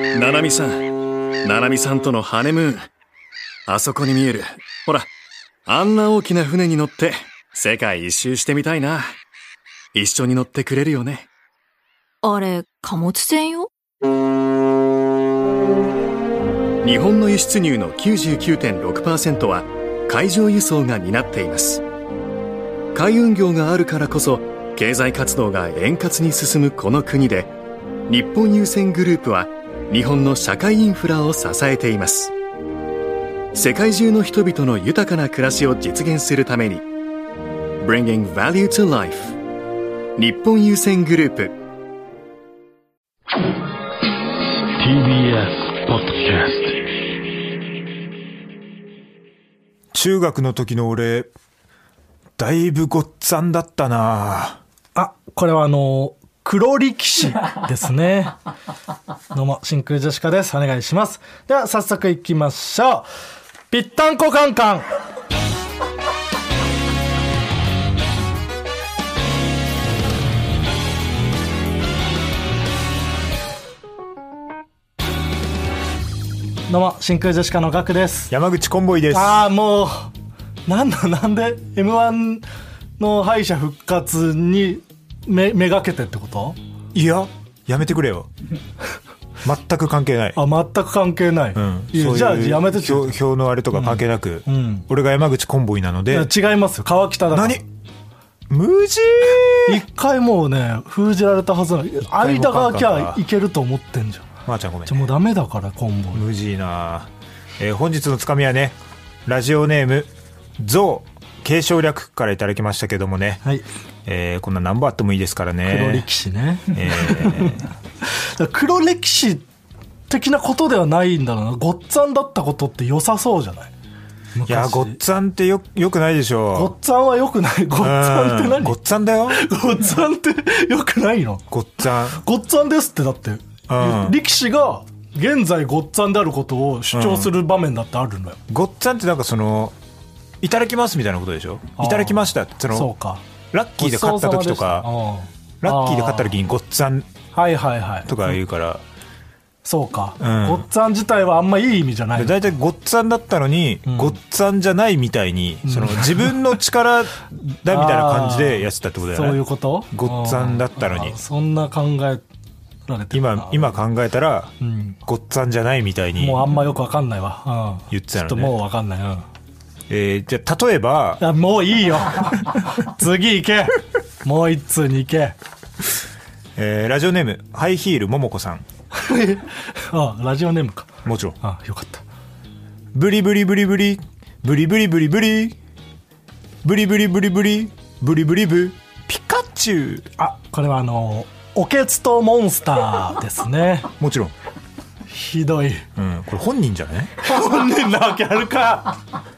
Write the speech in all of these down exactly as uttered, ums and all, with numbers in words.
ななみさん、ななみさんとのハネムーン、あそこに見える、ほら、あんな大きな船に乗って世界一周してみたいな。一緒に乗ってくれるよね。 あれ、貨物船よ。 日本の輸出入の きゅうじゅうきゅうてんろくパーセント は海上輸送が担っています。海運業があるからこそ経済活動が円滑に進むこの国で、日本郵船グループは日本の社会インフラを支えています。世界中の人々の豊かな暮らしを実現するために Bringing Value to Life 日本郵船グループ。 ティービーエス ポッドキャスト。 中学の時の俺だいぶごっつぁんだったなあ。これはあの黒力士ですね。どうも真空ジェシカです。お願いします。では早速いきましょう。ぴったんこカンカン。どうも真空ジェシカのガクです。 山口コンボイです。 ああ、もうなんだなんで エムワン の敗者復活にめめがけてってこと？ いややめてくれよ。全く関係ない。 あ、全く関係ない、うん、いや、じゃあやめてちょ表表のあれとか関係なく、 うんうん、 俺が山口コンボイなので。 いや違いますよ、川北だから。 何無事一回もうね封じられたはずなの。間が空きゃいけると思ってんじゃん。 まー、あ、ちゃんごめん、ね、 じゃもうダメだからコンボイ無事な、えー、本日のつかみはね、ラジオネームゾウ継承略からいただきましたけどもね、はい、えー、こんな何本あってもいいですからね。 黒歴史ね、 えー、黒歴史的なことではないんだろうな。ごっつぁんだったことって良さそうじゃない？ いやごっつぁんってよよくないでしょ。 ごっつぁんはよくない。ごっつぁんって何？ ごっつぁんだよ。 ごっつぁんってよくないの？ ごっつぁんごっつぁんですってだって、うん、力士が現在ごっつぁんであることを主張する場面だってあるのよ、 うん、ごっつぁんってなんかそのいただきますみたいなことでしょ。いただきましたってそのそうか、 ラッキーで勝った時とか、ラッキーで勝った時にごっつぁんとか言うから、 そうか、うん、ごっつぁん自体はあんまいい意味じゃない。 だいたいごっつぁんだったのに、うん、ごっつぁんじゃないみたいに、うん、その自分の力だみたいな感じでやってたってことだよね。 そういうこと。 ごっつぁんだったのに。 そんな考えられてるな。 今今考えたら、うん、ごっつぁんじゃないみたいにもうあんまよくわかんないわ、うん、 言ってたのね。 ちょっともうわかんない、うん、 えー、じゃあ例えば、 いやもういいよ次行けもう一通に行け、 えー、ラジオネームハイヒールももこさんあラジオネームか。 もちろん。 あよかった。 ブリブリブリブリブリブリブリブリブリブリブリブリブリブリブピカチュウ。 あこれはあのオケツとモンスターですねもちろん。 ひどい、 うん、これ本人じゃない？ 本人なわけあるか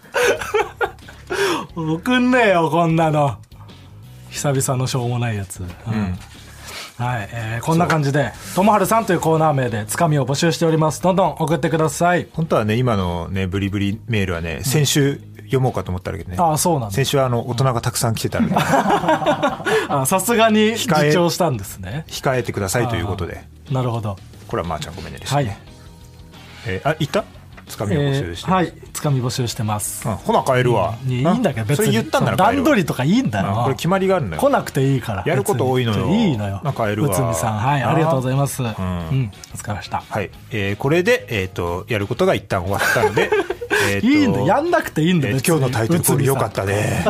送んねえよこんなの。久々のしょうもないやつ、うんうんはい、えー、こんな感じでともはるさんというコーナー名でつかみを募集しております。どんどん送ってください。 本当はね今のねブリブリメールはね、うん、先週読もうかと思ったんだけどね。 ああそうなんだ。 先週はあの大人がたくさん来てたのでさすがに自重したんですね。 控えてくださいということで。 なるほど。 これはまーちゃんごめんねでしたね、はい。えー、あいたつかみを募集して、 えー、はいつかみ募集してます、 うん、ほな帰るわ、 うん、いいんだけど別にそれ言ったんなら帰るわ。 段取りとかいいんだよ、 うん、これ決まりがあるんだよ。 来なくていいからやること多いのよ。 いいのよ。 帰るわ。 内海さんはいありがとうございます、うんうん、お疲れ様でした。 はい、えー、これで、えー、とやることが一旦終わったのでえといいんだやんなくていいんだよ、 えー、今日のタイトルコール良かったね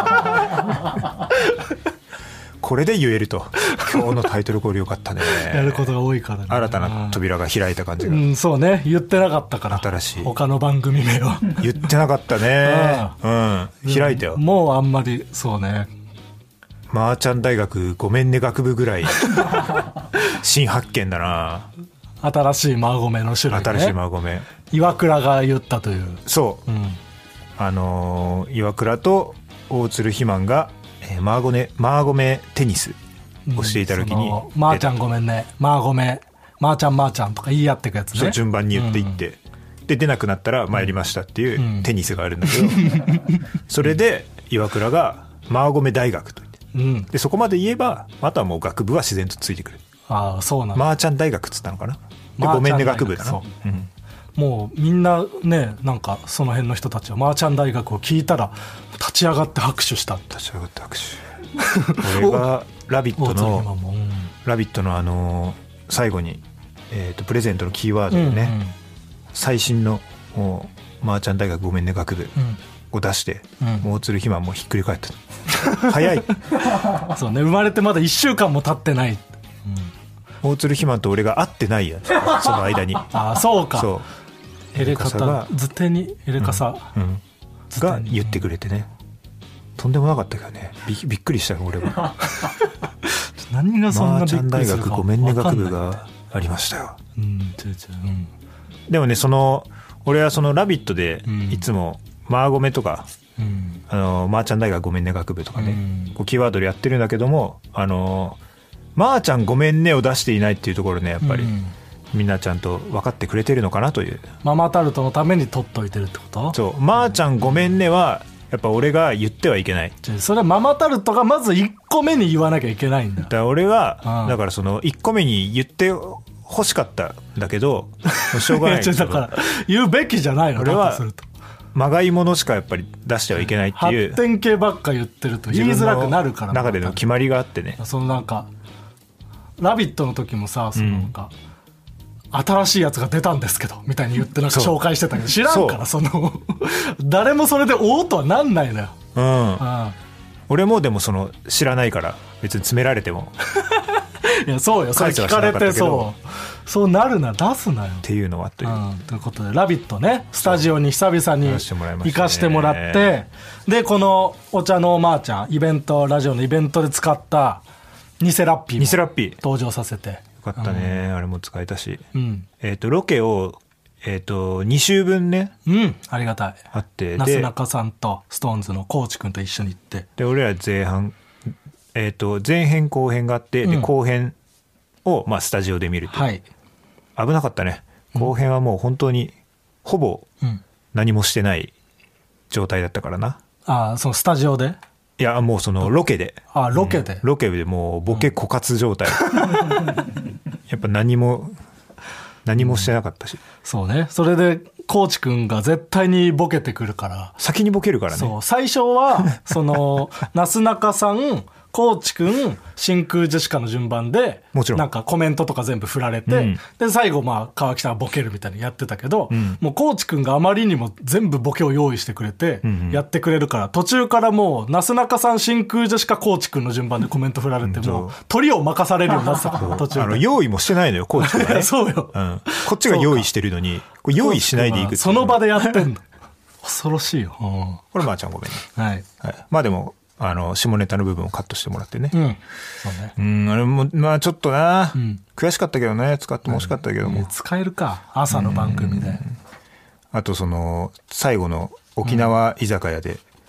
これで言えると今日のタイトルコール良かったねやることが多いからね。 新たな扉が開いた感じが、 うん、そうね言ってなかったから新しい他の番組名を言ってなかったねうん、開いたよ。 もうあんまりそうねまーちゃん大学ごめんね学部ぐらい新発見だな。 新しいマーゴメの種類ね。 新しいマーゴメ岩倉が言ったという。 そう、うん、あのー、岩倉と大鶴ひまんがえー、マーゴメマーゴメテニスをしていた時に、うん、 マーちゃんごめんねマーゴメマーちゃんマーちゃんとか言い合ってくやつね。 そう順番に言っていって、うん、で出なくなったら参りましたっていうテニスがあるんだけど、うん、それで岩倉がマーゴメ大学と言って、うん、でそこまで言えばあとはもう学部は自然とついてくる。 ああそうなんだ。 マーちゃん大学っつったのかな。 マーチャンごめんね学部だな。 そう、 うん、 もうみんなね、なんかその辺の人たちはマーチャン大学を聞いたら立ち上がって拍手した。 立ち上がって拍手俺がラビットのラビットのあの最後に、えー、とプレゼントのキーワードでね、うんうん、最新のもうマーチャン大学ごめんね学部を出して、うん、もう大鶴ひまもひっくり返った早いそうね、生まれてまだいっしゅうかんも経ってない、 うん、大鶴ひまと俺が会ってないやつその間にああそうか、 そうエレカタ図手にエレカサ、 うんうん、が言ってくれてね、とんでもなかったけどね、 び, びっくりしたよ俺は何がそんなびっくりするか。マーチャン大学ごめんね学部がありましたよ、 うん、ちょいちょい、うん、 でもね、その俺はそのラビットでいつもマーゴメとか、うん、あのマーチャン大学ごめんね学部とかね、うん、こうキーワードでやってるんだけども、あのマーちゃんごめんねを出していないっていうところね、やっぱり、うん、みんなちゃんと分かってくれてるのかなという。 ママタルトのために取っといてるってこと。 そう、マーちゃんごめんねはやっぱ俺が言ってはいけない。 それはママタルトがまずいっこめに言わなきゃいけないんだ。 だから俺は、うん、だからそのいっこめに言って欲しかったんだけどしょうがないだから言うべきじゃないの。 俺はまがいものしかやっぱり出してはいけないっていう発展系ばっか言ってると言いづらくなるから。 中での決まりがあってね。 そのなんかラビットの時もさ、そのなんか、うん、新しいやつが出たんですけどみたいに言ってなんか紹介してたけど知らんから、その誰もそれでおーとはなんないのよ、うん、うん、 俺もでもその知らないから別に詰められてもいやそうよ、それ聞かれてそうそうなるな、出すなよっていうのはという、 うん、ということでラビットね、スタジオに久々に行かしてもらって、でこのお茶のおまーちゃんイベント、ラジオのイベントで使った偽ラッピー偽ラッピー登場させてよかったね、うん、あれも使えたし、うん、えーとロケをえーとに週分ね、 うん、ありがたいあって、 なすなかさんとストーンズのコーチくんと一緒に行って、 で俺ら前半、えーと前編後編があって、うん、で後編をまあスタジオで見ると、はい、危なかったね。後編はもう本当にほぼ何もしてない状態だったからな、 うん、ああそのスタジオで、 いやもうそのロケで、 あロケで、 うん、ロケでもうボケ枯渇状態、うん、やっぱ何も何もしてなかったし、うん、 そうね、それでコーチくんが絶対にボケてくるから先にボケるからね。そう最初はそのなすなかさんコーチくん真空ジェシカの順番でもちろんなんかコメントとか全部振られて、うん、で最後まあ川北がボケるみたいにやってたけど、うん、もうコーチくんがあまりにも全部ボケを用意してくれてやってくれるから、うんうん、途中からもうなすなかさん真空ジェシカコーチくんの順番でコメント振られて、うん、もう鳥を任されるようになってたから途中であの用意もしてないのよコーチくんが、ね、 そうよ、 うん、こっちが用意してるのにこれ用意しないでいくってその場でやってんの恐ろしいよ、うん、 これまーちゃんごめんね、 はいはい、まあでもあの下ネタの部分をカットしてもらってね、 うん、そうね、 うん、あれもまあちょっとな、うん、悔しかったけどね、使っても欲しかったけども、うん、 使えるか朝の番組で、 あとその最後の沖縄居酒屋で、 うん、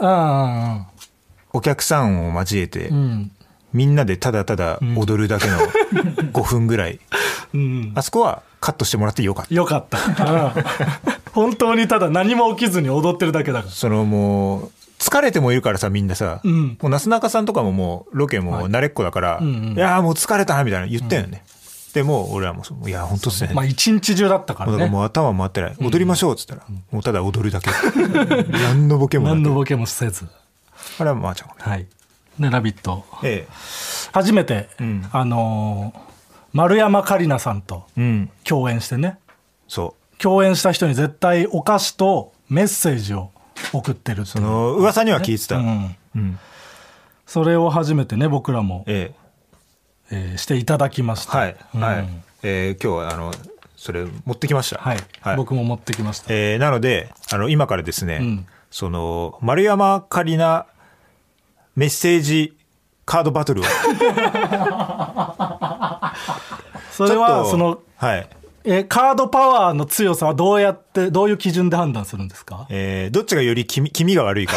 お客さんを交えて、うん、みんなでただただ踊るだけのごふんぐらい、うん、あそこはカットしてもらってよかったよかった、うん、本当にただ何も起きずに踊ってるだけだから、 そのもう疲れてもいるからさみんなさ、うん、もうなすなかさんとかももうロケも慣れっこだから、はい、うんうん、いやもう疲れたなみたいな言ったよね、うん、でもう俺はもういや本当っすね、 まあ一日中だったからね、 もうもう頭回ってない、踊りましょうっつったら、うん、もうただ踊るだけ何のボケも何のボケもせず、 あれはまーちゃん、 はい、でラビット、 ええ、 初めて、うん、あのー、丸山桂里奈さんと共演してね、うん、 そう共演した人に絶対お菓子とメッセージを送ってるっていう、 その噂には聞いてた、うんうん、それを初めてね僕らも、 えええー、していただきました、 はい、うん、はい、えー、今日はあのそれ持ってきました、 はいはい、僕も持ってきました、 えー、なのであの今からですね、うん、その丸山桂里奈メッセージカードバトルをそれはその、 はい、 えカードパワーの強さはどうやってどういう基準で判断するんですか？ えー、どっちがより気味、気味が悪いか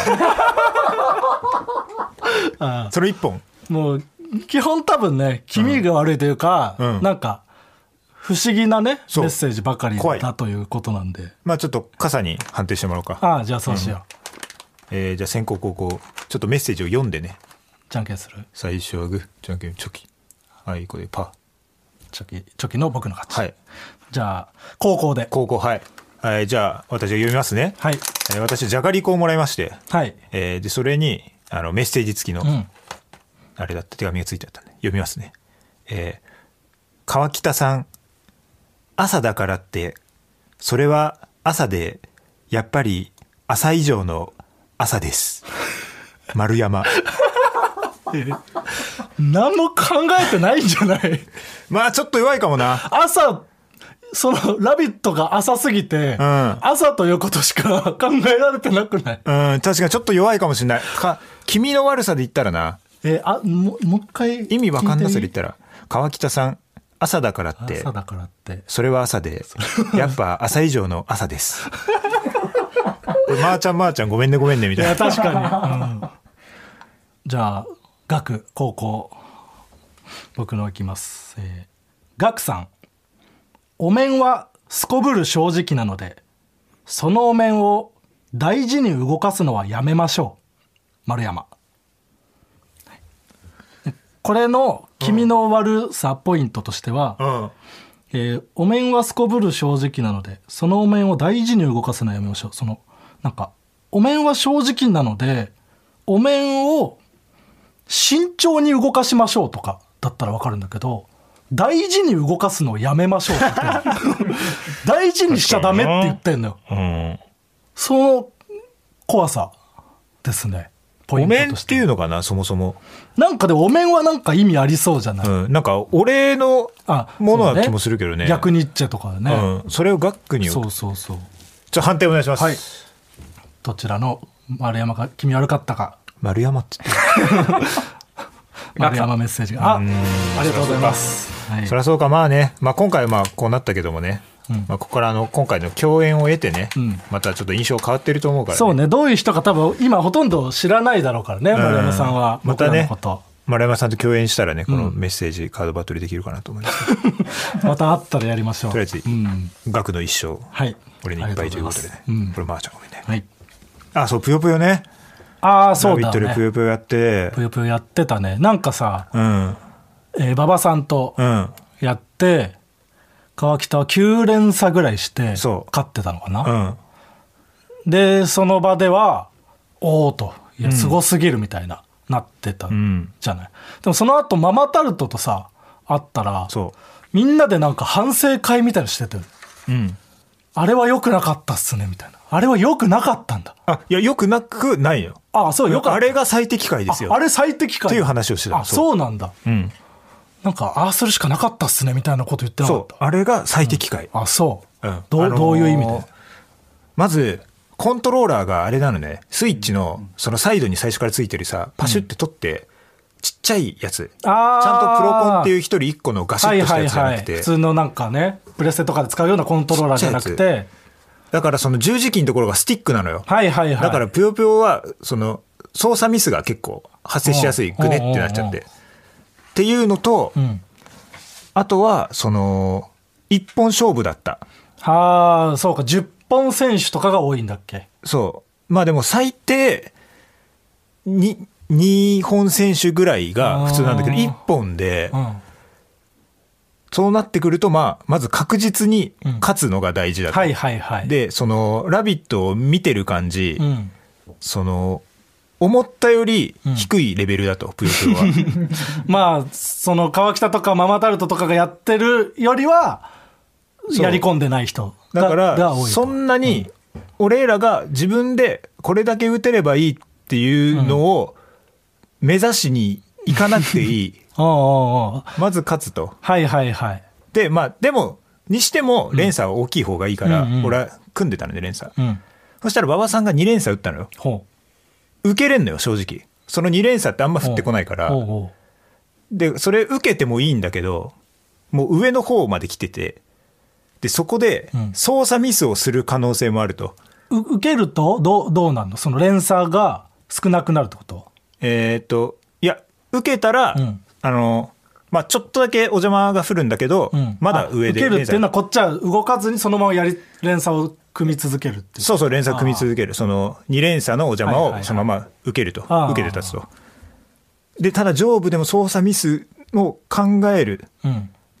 ああそれ一本もう基本多分ね気味が悪いというか、うん、なんか不思議なねメッセージばかりだということなんで、 まあちょっと傘に判定してもらおうか。 ああじゃあそうしよう、うん、えー、じゃあ先攻後攻ちょっとメッセージを読んでね、 じゃんけんする。 最初はグー、じゃんけんチョキ、はいこれパー、 チョキチョキの僕の勝ち、 はい、 じゃあ高校で高校はい、はい、じゃあ私が読みますね。 はい、 えー、私じゃがりこをもらいまして、 はい、 えー、でそれにあのメッセージ付きの、うん、あれだった手紙がついてあったんで読みますね。えー、川北さん、朝だからってそれは朝でやっぱり朝以上の朝です丸山何も考えてないんじゃないまあちょっと弱いかもな。 朝そのラビットが浅すぎて、うん、朝ということしか考えられてなくない？ うん、確かにちょっと弱いかもしれないか。君の悪さで言ったらな、 えあも, もう一回意味わかんなさで言ったら、川北さん、朝だからって朝だからってそれは朝でやっぱ朝以上の朝ですこれまーちゃんまーちゃんごめんねごめんねみたいな。 いや確かに、うん、じゃあ学高校僕のいきます。えー、学さん、お面はすこぶる正直なのでそのお面を大事に動かすのはやめましょう丸山。これの君の悪さポイントとしては、うんえー、お面はすこぶる正直なのでそのお面を大事に動かすのはやめましょう。そのなんかお面は正直なのでお面を慎重に動かしましょうとかだったら分かるんだけど、大事に動かすのをやめましょうって大事にしちゃダメって言ってんのよ、うん、その怖さですね。ポイントとしてお面っていうのかな、そもそもなんかでお面はなんか意味ありそうじゃない、 うん、なんかお礼のものな気もするけど ね, ね逆ニッチェとかね、 うん、それを学区にそうそうそう。 じゃあ判定お願いします。 はい、どちらの丸山が君悪かったか。 丸山って言って丸山メッセージが あ, ありがとうございます。 はい、そりゃそうか。まあね、まあ、今回はまあこうなったけどもね、うんまあ、ここからあの今回の共演を得てね、うん、またちょっと印象変わってると思うから、ね、 そうね、どういう人か多分今ほとんど知らないだろうからね、丸山さんは僕らのこと、 またね丸山さんと共演したらねこのメッセージカードバトルできるかなと思います、 うん、また会ったらやりましょう。 とりあえず、うん、学の一生、はい、俺にいっぱいということでね、うん、これまーちゃんごめんね、はい、あそうぷよぷよね。 ああそうだね、 ラビットでぷよぷよやってぷよぷよやってたね。なんかさ、うんえー、馬場さんとやって、うん、川北はきゅう連鎖ぐらいして勝ってたのかな、うん、でその場ではおおといやすごすぎるみたいな、うん、なってたんじゃない、うん、でもその後ママタルトとさ会ったらみんなでなんか反省会みたいなのしてて、うん、あれは良くなかったっすねみたいな。あれは良くなかったんだ。 あいや良くなくないよ。 あそうよかった。 あれが最適解ですよ。 あ, あれ最適解っていう話をしてた。 あそうなんだ、うん、なんかああするしかなかったっすねみたいなこと言ってなかった。 そうあれが最適解、 うん、あそう、うん ど, あのー、どういう意味で。 まずコントローラーがあれなのね、スイッチのそのサイドに最初からついてるさパシュって取って、うん、ちっちゃいやつ、あちゃんとプロコンっていう一人一個のガシッとしたやつじゃなくて、はいはいはい、 普通のなんかねプレステとかで使うようなコントローラーじゃなくて、 だからその十字キーのところがスティックなのよ、 はいはいはい、 だからぷよぷよはその操作ミスが結構発生しやすい、グネってなっちゃってっていうのと、うん、あとはその一本勝負だった。 はあそうか、じゅっぽん選手とかが多いんだっけ。 そうまあでも最低ににほん選手ぐらいが普通なんだけどいっぽんで、うん、そうなってくると、まあ、まず確実に勝つのが大事だと、 うんはいはいはい、 でそのラビットを見てる感じ、うん、その思ったより低いレベルだと、うん、ぷよぷよはまあその川北とかママタルトとかがやってるよりはやり込んでない人がだからそんなに俺らが自分でこれだけ打てればいいっていうのを目指しに行かなくていいおうおうおうまず勝つと。 はいはいはい。 でまあでもにしても連鎖は大きい方がいいから、うん、俺は組んでたので連鎖、うん、そしたら馬場さんがに連鎖打ったのよ。ほう受けれんのよ正直。そのに連鎖ってあんま降ってこないから、ほうほうでそれ受けてもいいんだけどもう上の方まで来てて、でそこで操作ミスをする可能性もあると、 うん、受けるとどう、どうなんの、その連鎖が少なくなるってこと。 えー、っといや受けたら、うん、あのまあちょっとだけお邪魔が降るんだけど、うん、まだ上で受けるっていうのはこっちは動かずにそのままやり連鎖を組み続けるっていう。 そうそう連鎖組み続ける、そのに連鎖のお邪魔をそのまま受けると、はいはいはい、受けて立つと。でただ上部でも操作ミスを考える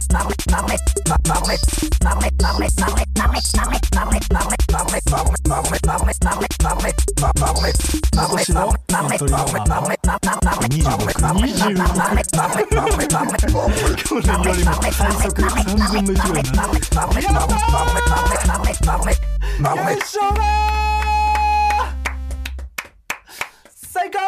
私のエントリーナンバーにじゅうごくにじゅうろく去年よりも最速さんぶんのいちぐらいになる。やったーよいしょー最高。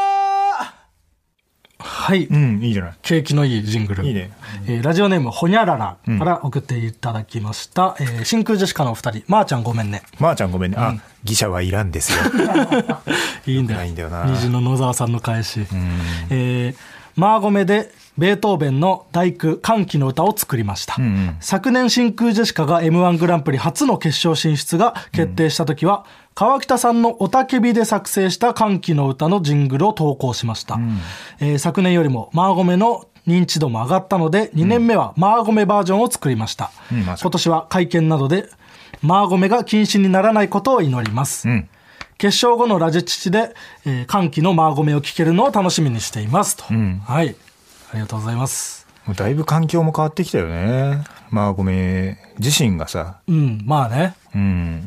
はい、 うん、いいじゃない。 景気のいいジングル。 いいね。 えーラジオネームほにゃららから送っていただきました、うんえー真空ジェシカのお二人、まーちゃんごめんね。 まーちゃんごめんね。あ、ギシャはいらんですよ。 いいんだよ。 ないんだよな。 虹の野沢さんの返し。 うんえーマーゴメでベートーベンの第九歓喜の歌を作りました、 うんうん、 昨年真空ジェシカが エムワン グランプリ初の決勝進出が決定した時は、うん、川北さんのおたけびで作成した歓喜の歌のジングルを投稿しました、うんえー、昨年よりもマーゴメの認知度も上がったのでにねんめはマーゴメバージョンを作りました、うん、今年は会見などでマーゴメが禁止にならないことを祈ります、うん決勝後のラジチチで、えー、歓喜のマーゴメを聴けるのを楽しみにしていますと、うん、はいありがとうございます。 もうだいぶ環境も変わってきたよね。マーゴメ自身がさ、 うんまあね、 うん、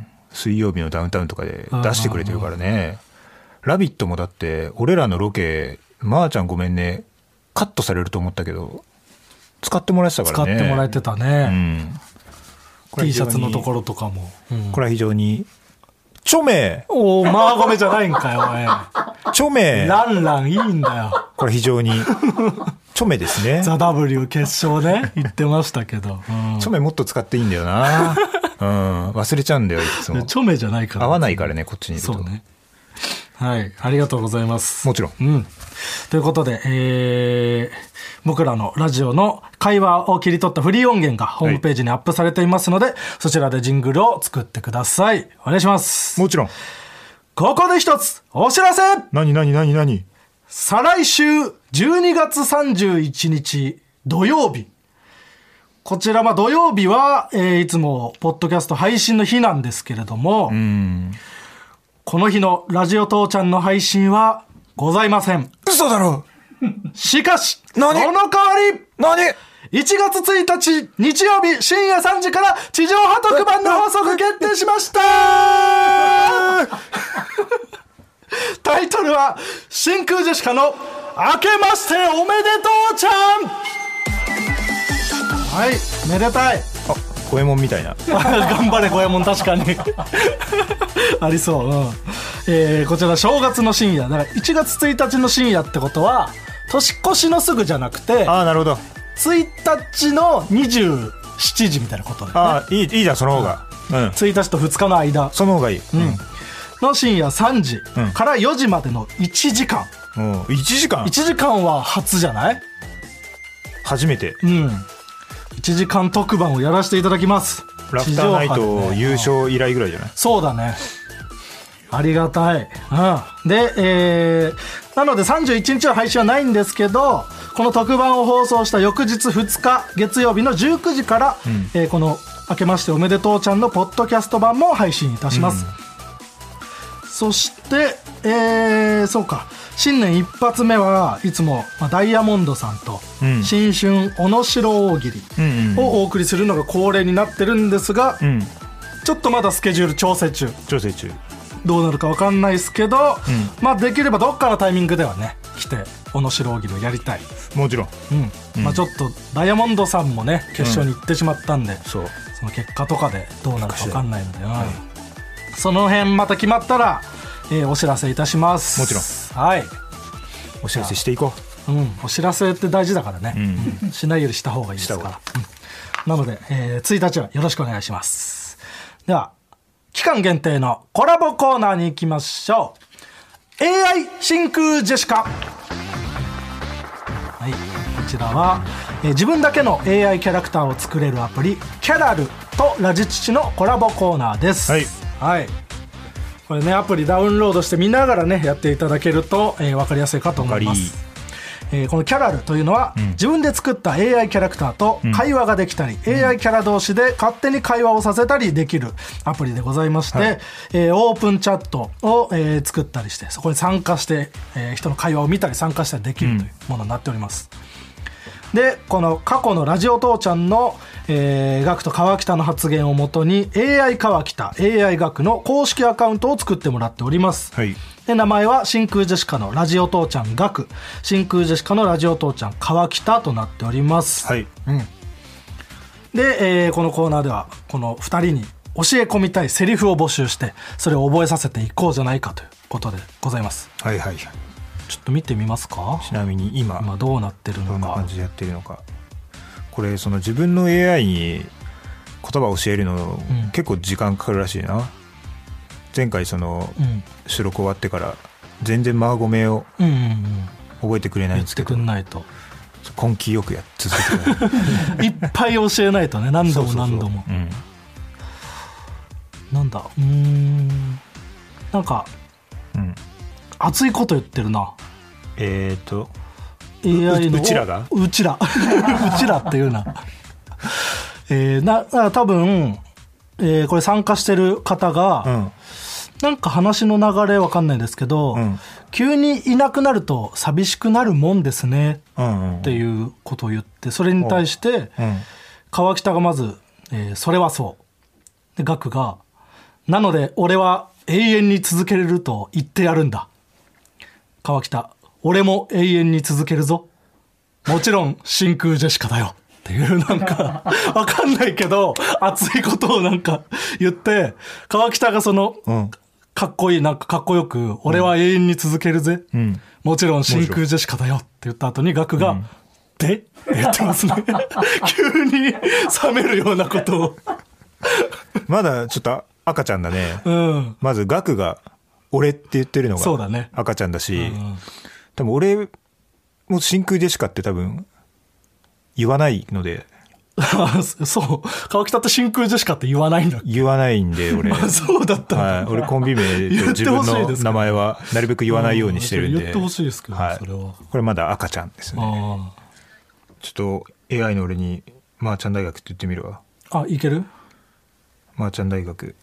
水曜日のダウンタウンとかで出してくれてるからね。ラビットもだって俺らのロケまーちゃんごめんねカットされると思ったけど使ってもらえてたからね。 使ってもらえてたね、うん、T シャツのところとかも、 うん、これは非常にチョメおーマーゴメじゃないんかよおいチョメランランいいんだよ。 これ非常にチョメですね。 ザ・ W 決勝ね言ってましたけど、 うん、チョメもっと使っていいんだよな、うん、忘れちゃうんだよいつも。 チョメじゃないから、 合わないからねこっちにいると。 そうねはいありがとうございます。 もちろん、 うん、ということで、えー、僕らのラジオの会話を切り取ったフリー音源がホームページにアップされていますので、はい、そちらでジングルを作ってください。お願いします。 もちろん。 ここで一つお知らせ。 何何何何。 再来週じゅうにがつさんじゅういちにち土曜日、こちらまあ土曜日は、えー、いつもポッドキャスト配信の日なんですけれども、うんこの日のラジオ父ちゃんの配信はございません。 嘘だろ。 しかし何その代わり何いちがつついたち日曜日深夜さんじから地上波特番の放送が決定しましたタイトルは真空ジェシカの明けましておめでとうちゃん。はいめでたい。 あ五右衛門みたいな頑張れ五右衛門確かにありそう、うんえー、こちら正月の深夜だからいちがつついたちの深夜ってことは年越しのすぐじゃなくて、 ああなるほどついたちのにじゅうしちじみたいなことだよね。 ああいい、いいじゃんその方が、 うん、ついたちとふつかの間その方がいい、 うん、の深夜さんじからよじまでのいちじかん、 うん、いちじかんいちじかんは初じゃない？ 初めて。 うんいちじかん特番をやらせていただきます。 ラフターナイト優勝以来ぐらいじゃない？ そうだねありがたい、うん、で、えー、なのでさんじゅういちにちの配信はないんですけどこの特番を放送した翌日ふつか月曜日のじゅうくじから、うんえー、この明けましておめでとうちゃんのポッドキャスト版も配信いたします、うん、そしてえー、そうか新年一発目はいつも、まあ、ダイヤモンドさんと新春おのしろ大喜利をお送りするのが恒例になってるんですが、うん、ちょっとまだスケジュール調整中調整中どうなるか分かんないですけど、うんまあ、できればどっかのタイミングではね来ておのしろ大喜利をやりたい。 もちろん、 うんうんまあ、ちょっとダイヤモンドさんもね決勝に行ってしまったんで、うん、そうその結果とかでどうなるか分かんないので、うん、その辺また決まったらえー、お知らせいたします。 もちろん、 はい、 お知らせしていこうん、お知らせって大事だからね、うん、しないよりした方がいいですから、うん、なので、えー、ついたちはよろしくお願いします。では期間限定のコラボコーナーに行きましょう。 エーアイ 真空ジェシカ。はい、こちらは、えー、自分だけの エーアイ キャラクターを作れるアプリキャラルとラジチチのコラボコーナーです。はい、はい、これねアプリダウンロードして見ながらねやっていただけると、えー、分かりやすいかと思います。えー、このキャラルというのは、うん、自分で作った エーアイ キャラクターと会話ができたり、うん、エーアイ キャラ同士で勝手に会話をさせたりできるアプリでございまして、はい、えー、オープンチャットを、えー、作ったりしてそこに参加して、えー、人の会話を見たり参加したりできるというものになっております。うん、でこの過去のラジオ父ちゃんの、えー、ガクと川北の発言をもとに エーアイ 川北 エーアイ ガクの公式アカウントを作ってもらっております。はい、で名前は真空ジェシカのラジオ父ちゃんガク、真空ジェシカのラジオ父ちゃん川北となっております。はい、うん、で、えー、このコーナーではこのふたりに教え込みたいセリフを募集してそれを覚えさせていこうじゃないかということでございます。はいはい、ちょっと見てみますか。 ちなみに 今, 今どうなってるのか、 どんな感じでやってるのか。これその自分の エーアイ に言葉を教えるの、うん、結構時間かかるらしいな。前回その、うん、収録終わってから全然マーゴメを覚えてくれないんですけど、 言ってくんないと根気よくやっ続けていっぱい教えないとね、何度も何度も。そうそうそう、うん、なんだうーんなんか、うん、熱いこと言ってるな。 えっ、ー、とエーアイ のうちらがうちらうちらっていうな、えー、な多分、えー、これ参加してる方が、うん、なんか話の流れわかんないですけど、うん、急にいなくなると寂しくなるもんですね、うんうん、っていうことを言って、それに対して、うん、川北がまず、えー、それはそうで、ガクがなので俺は永遠に続けれると言ってやるんだ。川北俺も永遠に続けるぞ。もちろん真空ジェシカだよっていう、なんかわかんないけど熱いことをなんか言って、川北がその、うん、かっこいいなんかかっこよく俺は永遠に続けるぜ、うん、もちろん真空ジェシカだよって言った後にガクが、うん、でって言ってますね急に冷めるようなことをまだちょっと赤ちゃんだね、うん、まずガクが俺って言ってるのが赤ちゃんだし、そうだね、うん、多分俺も真空ジェシカって多分言わないのでそう川北って真空ジェシカって言わないんだっけ。 言わないんで俺そうだったんだ、 はい、俺コンビ名と自分の名前はなるべく言わないようにしてるんで言ってほしいですけど、はい、それはこれまだ赤ちゃんですね。あちょっと エーアイ の俺にマーチャン大学って言ってみるわ。 あいける。 マーチャン大学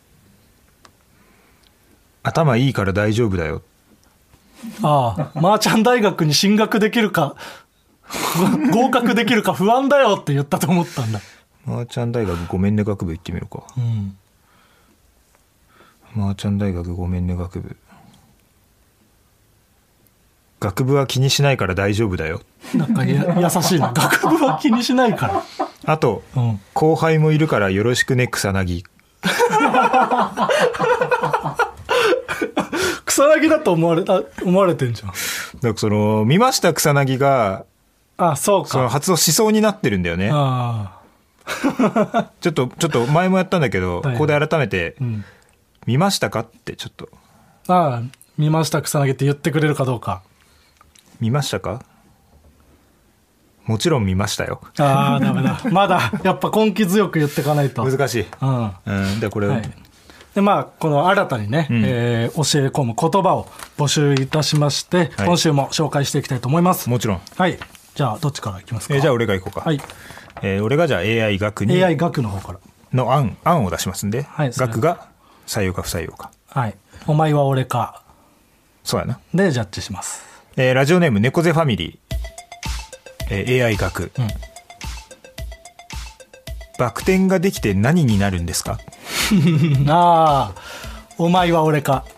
頭いいから大丈夫だよ。 ああマーチャン大学に進学できるか合格できるか不安だよって言ったと思ったんだ。 マーチャン大学ごめんね学部行ってみるか、うん、マーチャン大学ごめんね学部学部は気にしないから大丈夫だよ。 なんかや優しいな学部は気にしないからあと、うん、後輩もいるからよろしくね草薙草薙だと思われあ思われてんじゃん。だからその見ました草薙があそうかその発動しそうになってるんだよね。あちょっとちょっと前もやったんだけど、ここで改めて、うん、見ましたかってちょっとああ見ました草薙って言ってくれるかどうか。 見ましたか。もちろん見ましたよ。 ああダメだまだやっぱ根気強く言っていかないと難しい、うんうん、でこれ、はいでまあ、この新たにね、うんえー、教え込む言葉を募集いたしまして、はい、今週も紹介していきたいと思います。 もちろん、 はい、じゃあどっちからいきますか。 えー、じゃあ俺がいこうか、はいえー、俺がじゃあ エーアイ 学にエーアイ 学の方からの案、案を出しますんで、はい、学が採用か不採用か、 はい、お前は俺かそうやなでジャッジします。 えー、ラジオネーム猫背ファミリー、えー、エーアイ 学、うん、バク転ができて何になるんですかああお前は俺か。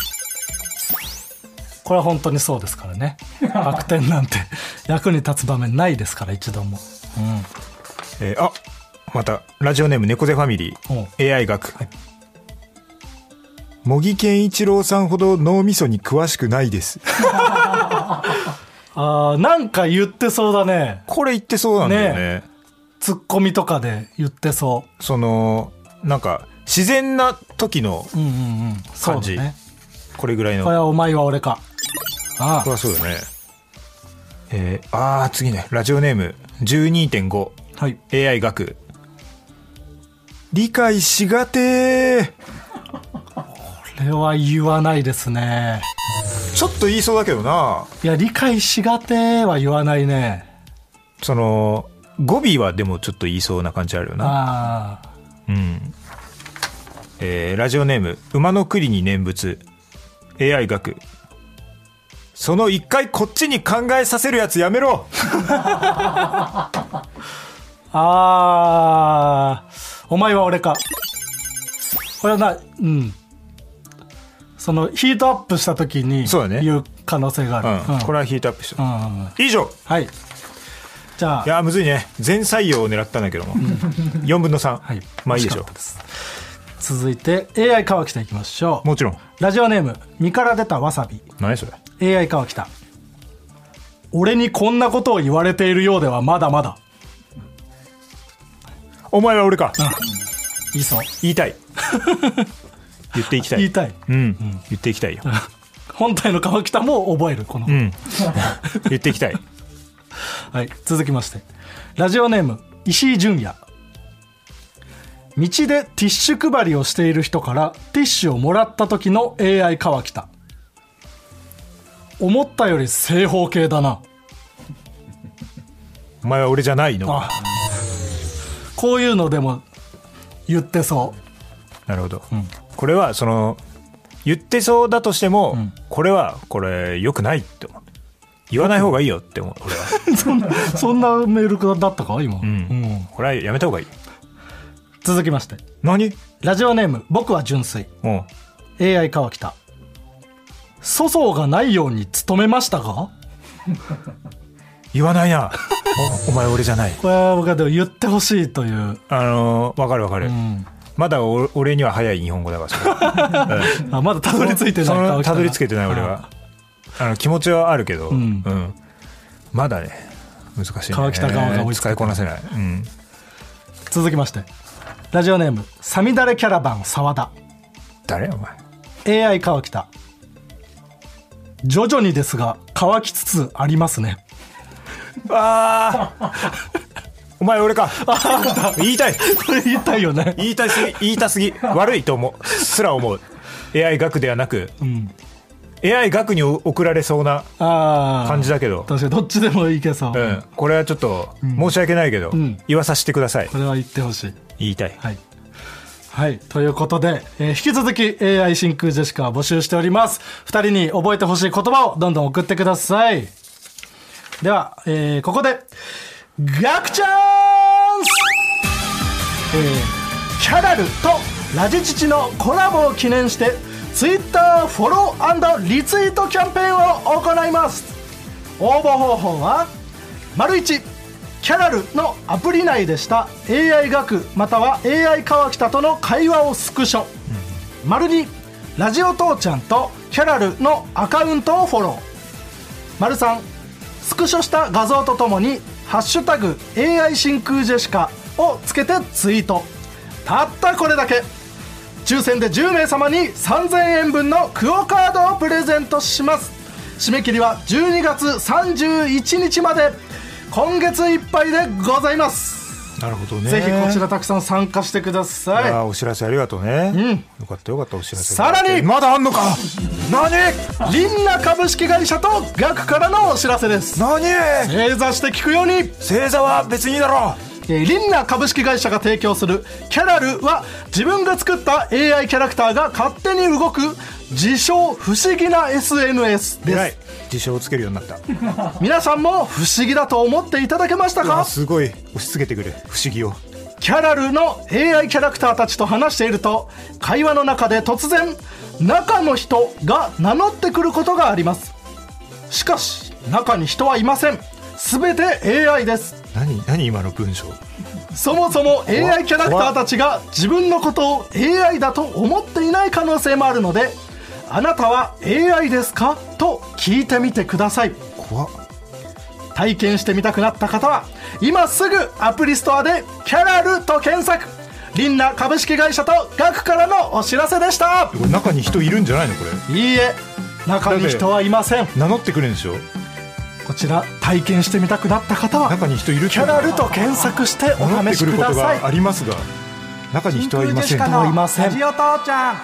これは本当にそうですからねバク転なんて役に立つ場面ないですから一度も、うんえー、あまたラジオネーム猫背ファミリー エーアイ 学、はい、茂木健一郎さんほど脳みそに詳しくないですあーなんか言ってそうだね。 これ言ってそうなんだよね。 ねツッコミとかで言ってそう。 そのなんか自然な時のうんうんうん感じ、 ね、 これぐらいの。 これはお前は俺か。ああこれはそうだね。えー、あー次ね、ラジオネーム じゅうにてんご、はい、エーアイ 学理解しがてー。 これは言わないですね。 ちょっと言いそうだけどな。 いや理解しがてーは言わないね。 その語尾はでもちょっと言いそうな感じあるよな。あうん、えー、ラジオネーム馬の栗に念仏 エーアイ 学その一回こっちに考えさせるやつやめろ。 あーお前は俺か。これはな、うんそのヒートアップした時に言う可能性がある、 うんうん、これはヒートアップした、うん、以上。 はいじゃあいやむずいね。全採用を狙ったんだけどもよんぶんのさん、はい、まあいいでしょう。 続いて エーアイ 川北いきましょう。 もちろん。 ラジオネーム身から出たわさび。 何それ。 エーアイ 川北俺にこんなことを言われているようではまだまだ。 お前は俺か、うん、 言いそう。 言いたい言っていきたい。 言いたい、 うん、うん、言っていきたいよ。 本体の川北も覚えるこの、うん、 言っていきたい。 はい、続きましてラジオネーム石井純也。道でティッシュ配りをしている人からティッシュをもらった時の エーアイ 川北。思ったより正方形だな。 お前は俺じゃないの。あこういうのでも言ってそう。なるほど、うん、これはその言ってそうだとしても、うん、これはこれ良くないって思う。言わない方がいいよって思う俺は。 そんなそんなメールだったか今、うんうん、 これはやめた方がいい。 続きまして何ラジオネーム僕は純粋。うん エーアイ 川北粗相がないように努めましたが。 言わないな。お, お前俺じゃない。 これは僕はでも言ってほしいという。 あのー、分かる分かる、うん、まだお俺には早い日本語だからそれ、うん、 あまだたどり着いてない。 たどり着けてない俺は。あの気持ちはあるけど、うんうん、まだね難しいね。 川北側が追いつ使いこなせない、うん、 続きましてラジオネームさみだれキャラバン沢田。 誰お前。 エーアイ 川北徐々にですが乾きつつありますね。 ああお前俺か。言いたい。 これ言いたいよね。 言いたすぎ言いたすぎ悪いと思うすら思う。 エーアイ 学ではなく、うん、エーアイ 学に送られそうな感じだけど。 確かにどっちでもいいけど、 うん、これはちょっと申し訳ないけど、うん、言わさせてください。 これは言ってほしい。 言いたい。 はい、はい、ということで、えー、引き続き エーアイ 真空ジェシカを募集しております。ふたりに覚えてほしい言葉をどんどん送ってください。では、えー、ここで学チャンス、えー、キャラルとラジチチのコラボを記念してツイッターフォロー&リツイートキャンペーンを行います。応募方法は丸いちキャラルのアプリ内でした エーアイ 学または エーアイ 川北との会話をスクショ、うん、丸にラジオ父ちゃんとキャラルのアカウントをフォロー、丸さんスクショした画像とともにハッシュタグ エーアイ 真空ジェシカをつけてツイート。たったこれだけ。抽選でじゅうめい様にさんぜんえん分のクオカードをプレゼントします。締め切りはじゅうにがつさんじゅういちにちまで、今月いっぱいでございます。 なるほどね。 ぜひこちらたくさん参加してください。 いやお知らせありがとうね、うん、よかったよかったお知らせ。 さらにまだあんのか。何リンナ株式会社と学からのお知らせです。 何正座して聞くように。 正座は別にいいだろう。 リンナ株式会社が提供するキャラルは自分が作った エーアイ キャラクターが勝手に動く自称不思議な エスエヌエス です。 偉い。自称をつけるようになった皆さんも不思議だと思っていただけましたか。 すごい押し付けてくる不思議を。 キャラルの エーアイ キャラクターたちと話していると会話の中で突然中の人が名乗ってくることがあります。しかし中に人はいません。全て エーアイ です。 何何今の文章。 そもそも エーアイ キャラクターたちが自分のことを エーアイ だと思っていない可能性もあるので、あなたは エーアイ ですかと聞いてみてください。 怖っ。 体験してみたくなった方は今すぐアプリストアでキャラルと検索。リンナ株式会社とガクからのお知らせでした。 これ中に人いるんじゃないのこれ。 いいえ、中に人はいません。 名乗ってくれるんでしょ。 こちら体験してみたくなった方は中に人いるキャラルと検索してお試しください。 ありますが中に人はいません。 人はいません。ラジオ父ちゃん。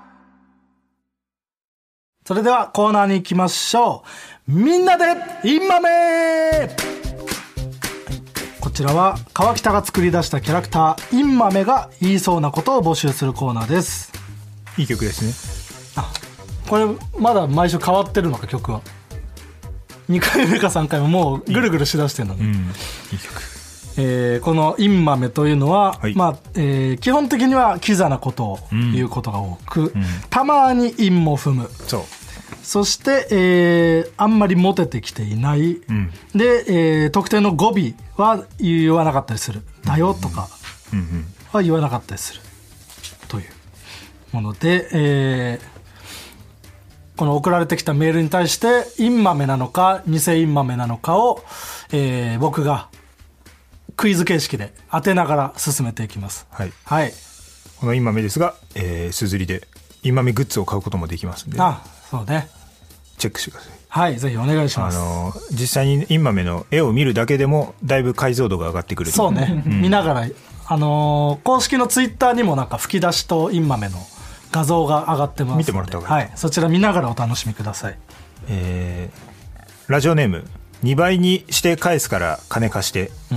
それではコーナーに行きましょう。みんなでインマメ。こちらは川北が作り出したキャラクターインマメが言いそうなことを募集するコーナーです。 いい曲ですね。 あ、これまだ毎週変わってるのか曲は。にかいめかさんかいめもうぐるぐるしだしてるのね、 うん、いい曲。 えー、このインマメというのは、 はい、 まあえー、基本的にはキザなことを言うことが多く、うん、たまに韻も踏む。 そう。 そして、えー、あんまりモテてきていない、うん、で、えー、特定の語尾は言わなかったりする。だよとかは言わなかったりするというもので、えー、この送られてきたメールに対してインマメなのか偽インマメなのかを、えー、僕がクイズ形式で当てながら進めていきます。 はい、 はい、 このインマメですが、えー、すずりでインマメグッズを買うこともできますんで。 あ、そうね、チェックしてください。 はい、ぜひお願いします。 あの実際にインマメの絵を見るだけでもだいぶ解像度が上がってくる。 そうね、うん、見ながら、あのー、公式のツイッターにもなんか吹き出しとインマメの画像が上がってますので、 見てもらった方がいい、 はい、そちら見ながらお楽しみください。 えー、ラジオネームにばいにして返すから金貸して、うん、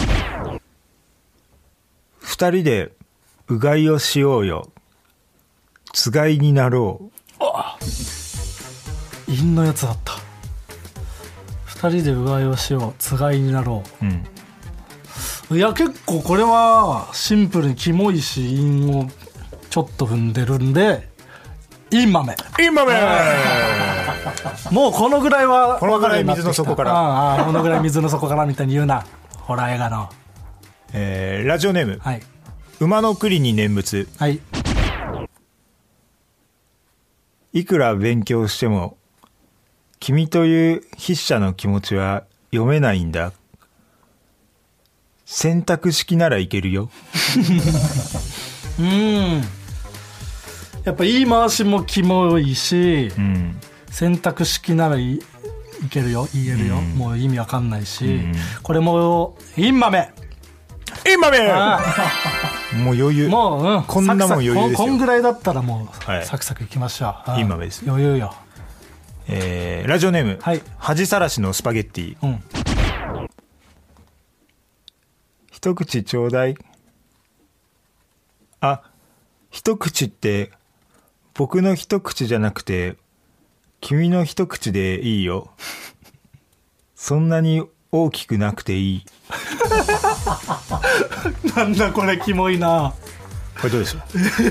ふたりでうがいをしようよ、つがいになろう。 あ、陰のやつだった。二人でうがいをしよう、つがいになろう、うん、いや結構これはシンプルにキモいし陰をちょっと踏んでるんでインマメ。 インマメもうこのぐらいはこのぐらい水の底から。 ああ、このぐらい水の底からみたいに言うなホラー映画の。 えー、ラジオネーム、 はい、 馬の栗に念仏。 はい。 いくら勉強しても君という筆者の気持ちは読めないんだ。選択式ならいけるよ。 うん、やっぱ言い回しもキモいし、うん、選択式なら い, いけるよ、言えるよ、うん、もう意味わかんないし、うん、これもインマメインマメもう余裕、もう、うん、こんなもん余裕ですよ。 こんぐらいだったらもう、はい、サクサクいきましょう。 インマメです。 余裕よ。 えー、ラジオネーム、はい、恥さらしのスパゲッティ、うん、一口ちょうだい。あ、一口って僕の一口じゃなくて君の一口でいいよ。そんなに大きくなくていい。 なんだこれ、キモいな。 これどうでしょう。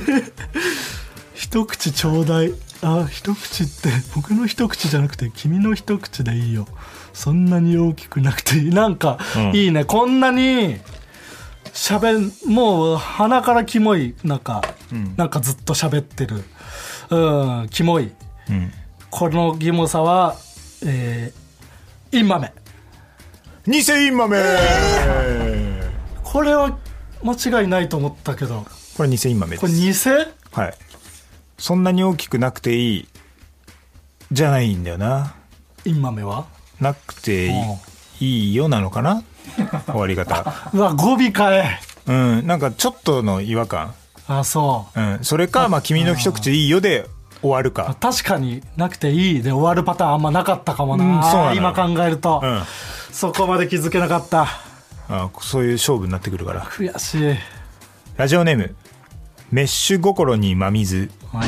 一口ちょうだい。あ、一口って僕の一口じゃなくて君の一口でいいよ。そんなに大きくなくていい。なんか、うん、いいね。こんなに喋ん、もう鼻からキモい、なんか、うん、なんかずっと喋ってる、うん、キモい、うん、このキモさは、えー、インマメ。 偽インマメ、えー、これは間違いないと思ったけど、 これ偽インマメです。 これ偽？ はい。そんなに大きくなくていいじゃないんだよな。 インマメはなくていい、いいよなのかな。終わり方。 うわ、語尾かえ。 うん、なんかちょっとの違和感。 あ、そう。 うん、それか、まあ君の一口いいよで終わるか。 確かになくていいで終わるパターンあんまなかったかもな。うん、そうな今考えると、うん、そこまで気づけなかった。 あ、そういう勝負になってくるから。 悔しい。 ラジオネームメッシュ心に真水、はい、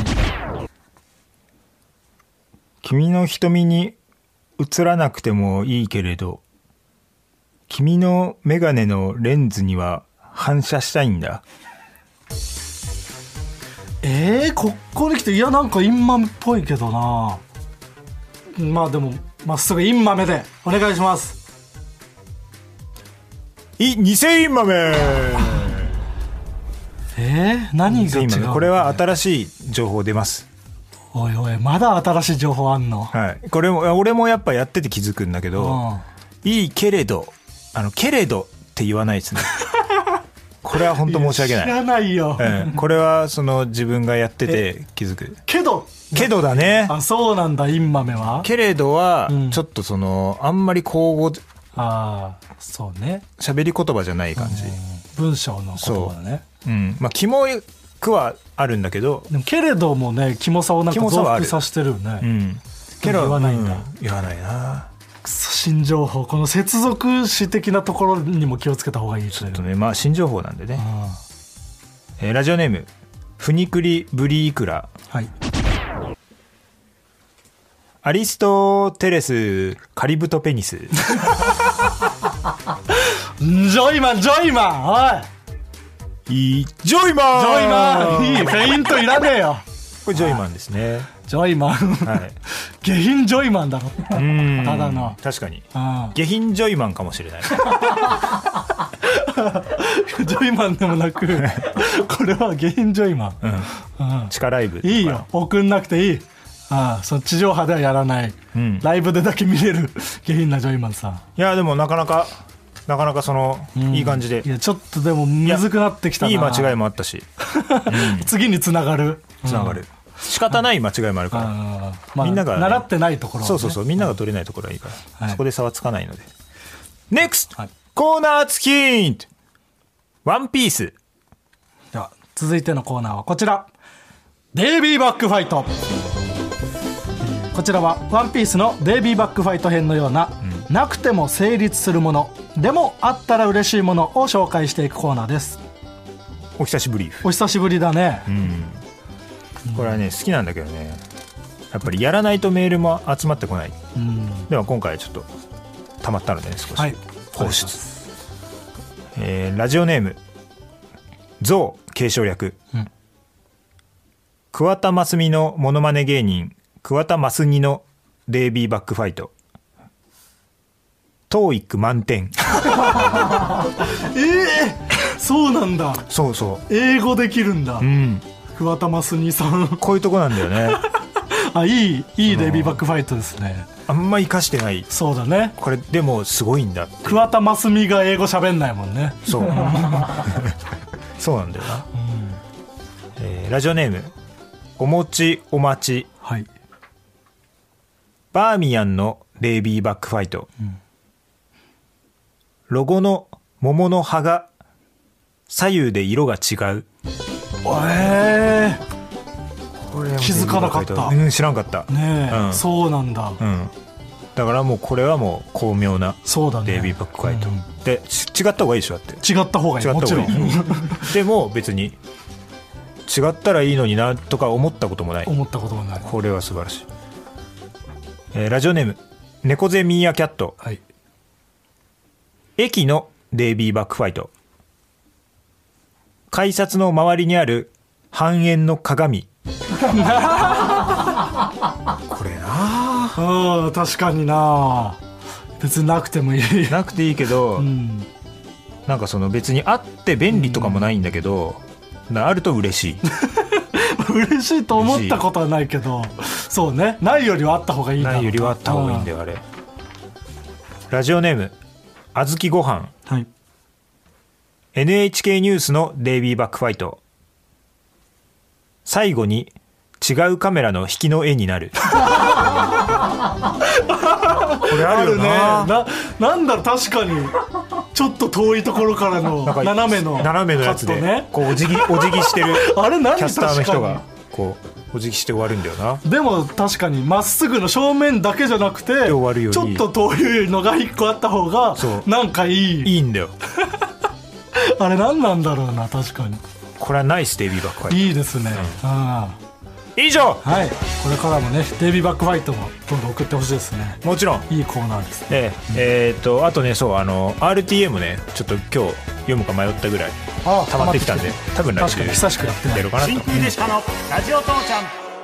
君の瞳に映らなくてもいいけれど君のメガネのレンズには反射したいんだ。 えー、ここに来て、いやなんかインマメっぽいけどな。まあでもまっすぐインマメでお願いします。 い、偽インマメ。 えー、何が違う？ これは新しい情報出ます。 おいおい、まだ新しい情報あんの？ はい、これも俺もやっぱやってて気づくんだけど、 いいけれどあのけれどって言わないですねこれは本当申し訳ない。 知らないよ、 うん、これはその自分がやってて気づく。 けどけどだね。 あ、そうなんだ。インマメはけれどはちょっとその、うん、あんまり口語、 ああそうね、 喋り言葉じゃない感じ、 文章の言葉だね。 う、うん、まあキモくはあるんだけど、 でもけれどもね、キモさをなんか増幅させてるよね。 うん、けど言わないんだ、うん、 言わないな。 くそ新情報。この接続詞的なところにも気をつけた方がいい。 ちょっとね、まあ新情報なんでね。えー、ラジオネームふにくりブリイクラ。 はい。 アリストテレスカリブトペニスジョイマンジョイマンおいいいジョイマンジョイマンいいフェイントいらねえよ。 これジョイマンですね。 ジョイマン、はい、下品ジョイマンだろ。 うんただの確かに下品ジョイマンかもしれないジョイマンでもなくこれは下品ジョイマン、 うんうん、地下ライブいいよ、送んなくていい。ああ、その地上波ではやらない、うん、ライブでだけ見れる下品なジョイマンさん。いやでもなかなかなかなかその、うん、いい感じで。 いやちょっとでもむずくなってきたな。 いい間違いもあったし、 うん、次につながるつながる、うん、仕方ない間違いもあるから、 あ、まあ、 みんなが、ね、 習ってないところは、ね、 そうそうそう、みんなが取れないところはいいから、はい、そこで差はつかないので。 ネクスト、はい、コーナー付きヒントワンピース。 では続いてのコーナーはこちら、デイビーバックファイト。こちらはワンピースのデイビーバックファイト編のような、うん、なくても成立するものでもあったら嬉しいものを紹介していくコーナーです。 お久しぶり。 お久しぶりだね、うん、 これはね好きなんだけどね、やっぱりやらないとメールも集まってこない、うん、では今回ちょっと溜まったのでね、少し放出、はい、えー、ラジオネームゾウ継承略、うん、桑田真澄のモノマネ芸人桑田真澄のデイビーバックファイト。トーイック満点えー、そうなんだ。 そうそう、 英語できるんだ、うん、桑田真澄さんこういうとこなんだよねあ、いいいいデイビーバックファイトですね。 あんま生かしてない。 そうだね。 これでもすごいんだって。 桑田真澄が英語喋んないもんね。 そうそうなんだよな、うん、えー、ラジオネームおもちお待ち。 はい。 バーミヤンのデイビーバックファイト、うん、ロゴの桃の葉が左右で色が違う。 えー、これ気づかなかった、 うん、知らんかったねえ、うん、そうなんだ、 うん、だからもうこれはもう巧妙なデイビーバックファイト、 うん、 で違った方がいいでしょ。だって違った方がいい、もちろんでも別に違ったらいいのになとか思ったこともない。 思ったこともない。 これは素晴らしい。えー、ラジオネーム猫背ミーアキャット、はい、駅のデイビーバックファイト。改札の周りにある半円の鏡これなあ、確かにな。別になくてもいいなくていいけど、うん、なんかその別にあって便利とかもないんだけど、うん、あると嬉しい嬉しいと思ったことはないけど、そうね、ないよりはあった方がいい。 ないよりはあった方がいいんだよあれ。ラジオネームあずきごはん、はい、エヌエイチケー ニュースのデイビーバックファイト。最後に違うカメラの引きの絵になるこれあるよな。 あるね。な、なんだろう、確かにちょっと遠いところからの斜めの斜めのやつで、ね、こうお辞儀お辞儀してるあれ何キャスターの人がこうお辞儀して終わるんだよな。 でも確かにまっすぐの正面だけじゃなくて、終わるよりちょっと遠いのが一個あった方がなんかいいいいんだよあれ何なんだろうな。確かにこれはナイスデイビーバックファイト。 いいですね、うん、あ以上。 はい、これからもねデイビーバックファイトもどんどん送ってほしいですね。 もちろんいいコーナーですね。 えー、えー、っとあとね、そうあの アールティーエム ね、ちょっと今日読むか迷ったぐらい溜まってきたんで、多分来週久しくやってないやるかなと。 真空ジェシカのラジオ父ちゃん。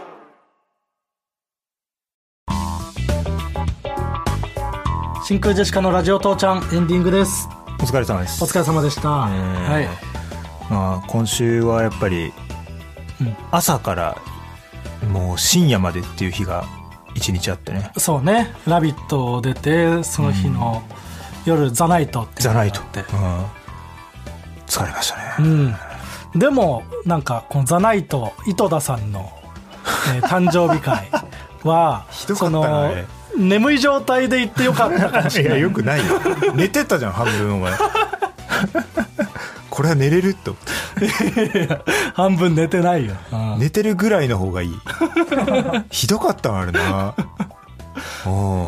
真空ジェシカのラジオ父ちゃんエンディングです。 お疲れ様です。 お疲れ様でした、えーはい、 まあ、今週はやっぱり朝からもう深夜までっていう日が一日あってね。 そうね、ラビットを出てその日の夜ザナイトってザナイト、 って、 うん、疲れましたね、 うん、でもなんかこのザナイト井戸田さんの、えー、誕生日会はひどかったな、ね、 眠い状態で行ってよかったかもしれない。 いやよくないよ寝てたじゃん半分お前これは寝れると半分寝てないよ、 うん、寝てるぐらいの方がいいひどかったあれなお、うん、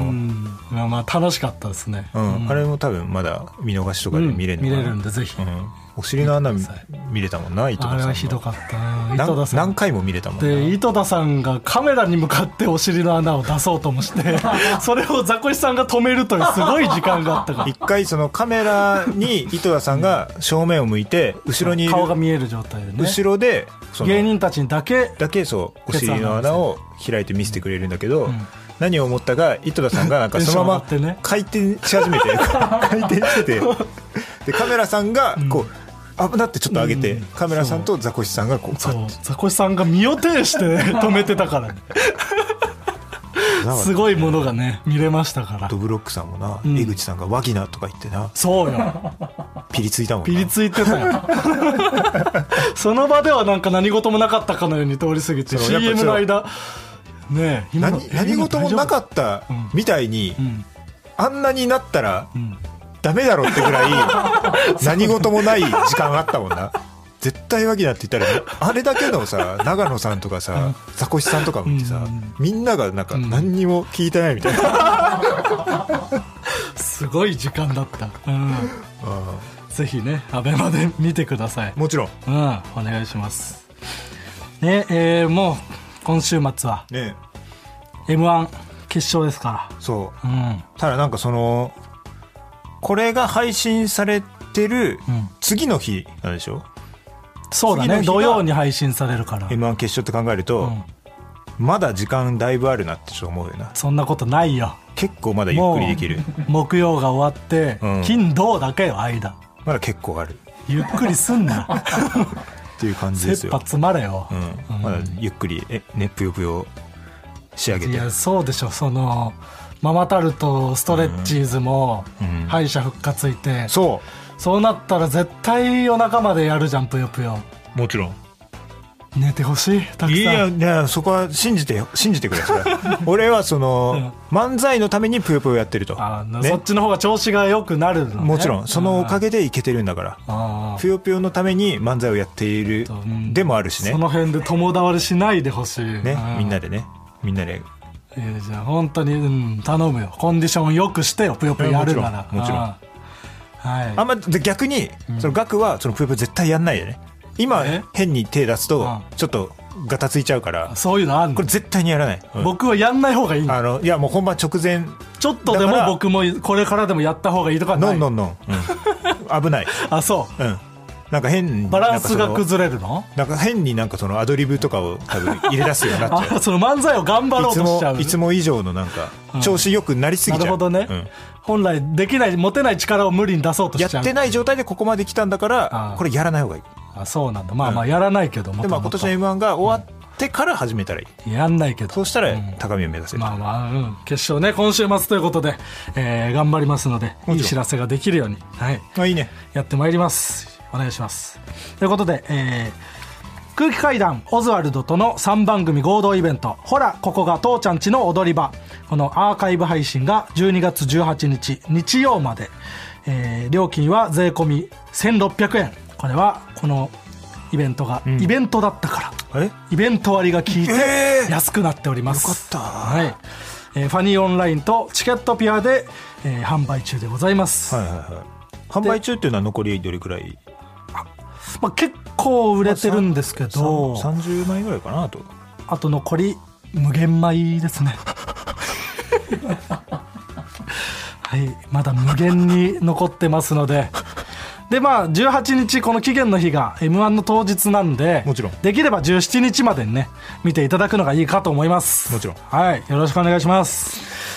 まあ楽しかったですね、 うんうん、あれも多分まだ見逃しとかで見れるのかな、 うん、見れるんでぜひ、うん、 お尻の穴見れたもんな井戸田さんの。 あれはひどかったな。 井戸田さん何回も見れたもんな。 で井戸田さんがカメラに向かってお尻の穴を出そうともしてそれをザコシさんが止めるというすごい時間があったから一回そのカメラに井戸田さんが正面を向いて後ろにいる顔が見える状態でね、 後ろで芸人たちにだけだけそうお尻の穴を開いて見せてくれるんだけど、うん、何を思ったか井戸田さんがなんかそのまま回転し始めて回転しててでカメラさんがこう、うん危なってちょっと上げて、うん、カメラさんとザコシさんがこうそうザコシさんが身を挺して、ね、止めてたからねすごいものがね見れましたからドブロックさんもな、うん、江口さんがワギナとか言ってなそうよピリついたもんなピリついてたよその場ではなんか何事もなかったかのように通り過ぎて シーエム の間ねえ何, 何事もなかったみたいに、うんうん、あんなになったら、うんダメだろってぐらい何事もない時間あったもんな絶対ワギナって言ったらあれだけのさ長野さんとかさザコシさんとか見てさ、うん、みんながなんか何にも聞いてないみたいな、 うん、すごい時間だった、うん、ぜひねアベマで見てくださいもちろん、 うん、お願いしますねえー、もう今週末は、ね、エムワン 決勝ですからそう、うん、ただなんかそのこれが配信されてる次の日なんでしょ、うん、 そうだね土曜に配信されるからエムワン 決勝って考えると、うん、まだ時間だいぶあるなってちょっと思うよな。 そんなことないよ結構まだゆっくりできる木曜が終わって、うん、金土だけよ間まだ結構あるゆっくりすんなっていう感じですよ。 切羽詰まれよ、 うんうん、まだゆっくりえねぷよぷよ仕上げて。 いやそうでしょそのママタルトストレッチーズも敗者復活いて、うんうん、そうそうなったら絶対夜中までやるじゃんぷよぷよ。 もちろん寝てほしいたくさん。いやいやそこは信じて信じてくれそれ俺はその、うん、漫才のためにぷよぷよやってるとあ、ね、そっちの方が調子が良くなるの、ね、 もちろんそのおかげでいけてるんだからぷよぷよのために漫才をやっているでもあるしね。 その辺で共倒れしないでほしいねみんなでねみんなでいやじゃあ本当に、うん、頼むよコンディションよくしてよぷよぷよやるならもちろん、あ, はい、あんま逆に、うん、そのガクはそのぷよぷよ絶対やんないでね今変に手出すとちょっとガタついちゃうからそういうのあんのこれ絶対にやらない、 うん、僕はやんない方がいいの。 あのいやもう本番直前ちょっとでも僕もこれからでもやった方がいいとかない。 ノンノンノン、うん、危ないあそううんなんか変にバランスが崩れるのなんか変になんかそのアドリブとかを多分入れ出すようになっちゃうあその漫才を頑張ろうとしちゃういつもいつも以上のなんか調子よくなりすぎちゃう、 うん、なるほどね、うん、本来できない持てない力を無理に出そうとしちゃう。 やってない状態でここまで来たんだからこれやらない方がいい。 あそうなんだまあまあやらないけど、うん、 でまあ今年の エムワン が終わってから始めたらいい、 うん、やんないけどそうしたら高みを目指せる、 うん、まあまあ、うん、決勝ね今週末ということで、えー、頑張りますのでいい知らせができるように、はい、 あいいねやってまいります。お願いしますということで、えー、空気階段オズワルドとのさんばん組合同イベントほらここが父ちゃんちの踊り場このアーカイブ配信がじゅうにがつじゅうはちにち日曜まで、えー、料金は税込みせんろっぴゃくえん。これはこのイベントが、うん、イベントだったからイベント割が効いて安くなっております、 えー、よかった、 はいえー、ファニーオンラインとチケットピアで、えー、販売中でございます、 はいはいはい、販売中っていうのは残りどれくらい？ まあ、結構売れてるんですけど、 まあ、さんじゅうまいぐらいかなと。 あと残り無限米ですねはいまだ無限に残ってますのででまあじゅうはちにちこの期限の日が エムワン の当日なんでもちろんできればじゅうしちにちまでにね見ていただくのがいいかと思います。 もちろんはいよろしくお願いします。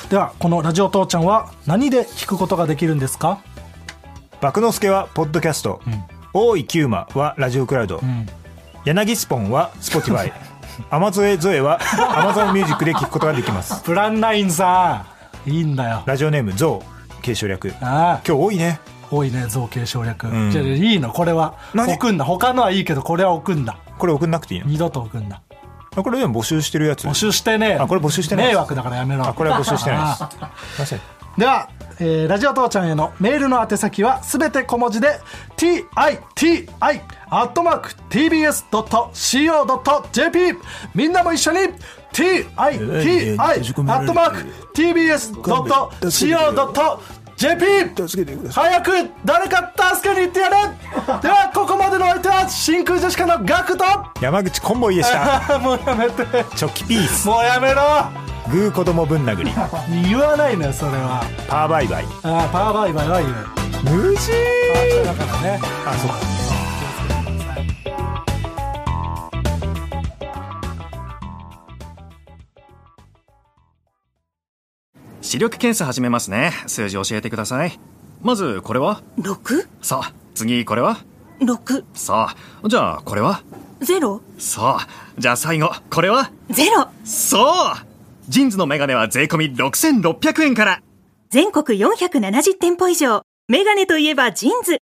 ではこのラジオ父ちゃんは何で聞くことができるんですか？ 爆之助はポッドキャスト、うん大井キューマはラジオクラウド、うん、柳スポンはスポティファイアマゾエゾエはアマゾンミュージックで聞くことができます。 プランナインさんいいんだよ。 ラジオネームゾウ継承略。 あ今日多いね。 多いね、造形省略、 うん、 じゃあいいのこれは置くんだ。他のはいいけどこれは置くんだ。 これ送んなくていいの？ 二度と置くんだ。 これでも募集してるやつ。 募集してねえ。 あ、これ募集してない。 迷惑だからやめろ。 あ、これは募集してないです。すいません。 では、えー、ラジオ父ちゃんへのメールの宛先はすべて小文字で ティーアイティーアイ アットマーク ティービーエス ドット シーオー ドット ジェーピー みんなも一緒に ティーアイティーアイ アットマーク ティービーエス ドット シーオー ドット ジェーピー 早く誰か助けに行ってやれ。ではここまでのお相手は真空ジェシカのガクと山口コンボイでした。 もうやめて。 チョキピース。 もうやめろ。 グー子供ぶん殴り。 言わないのよそれは。 パーバイバイ。 あーパーバイバイは言う。 無事ーだからね。 あ、そうか。 視力検査始めますね。数字教えてください。まずこれはろく? さあ次これはろく. さあじゃあこれはゼロ. さあじゃあ最後これはゼロ. そうジンズのメガネは税込みろくせんろっぴゃくえんから。 全国よんひゃくななじゅってんぽ以上。メガネといえばジンズ。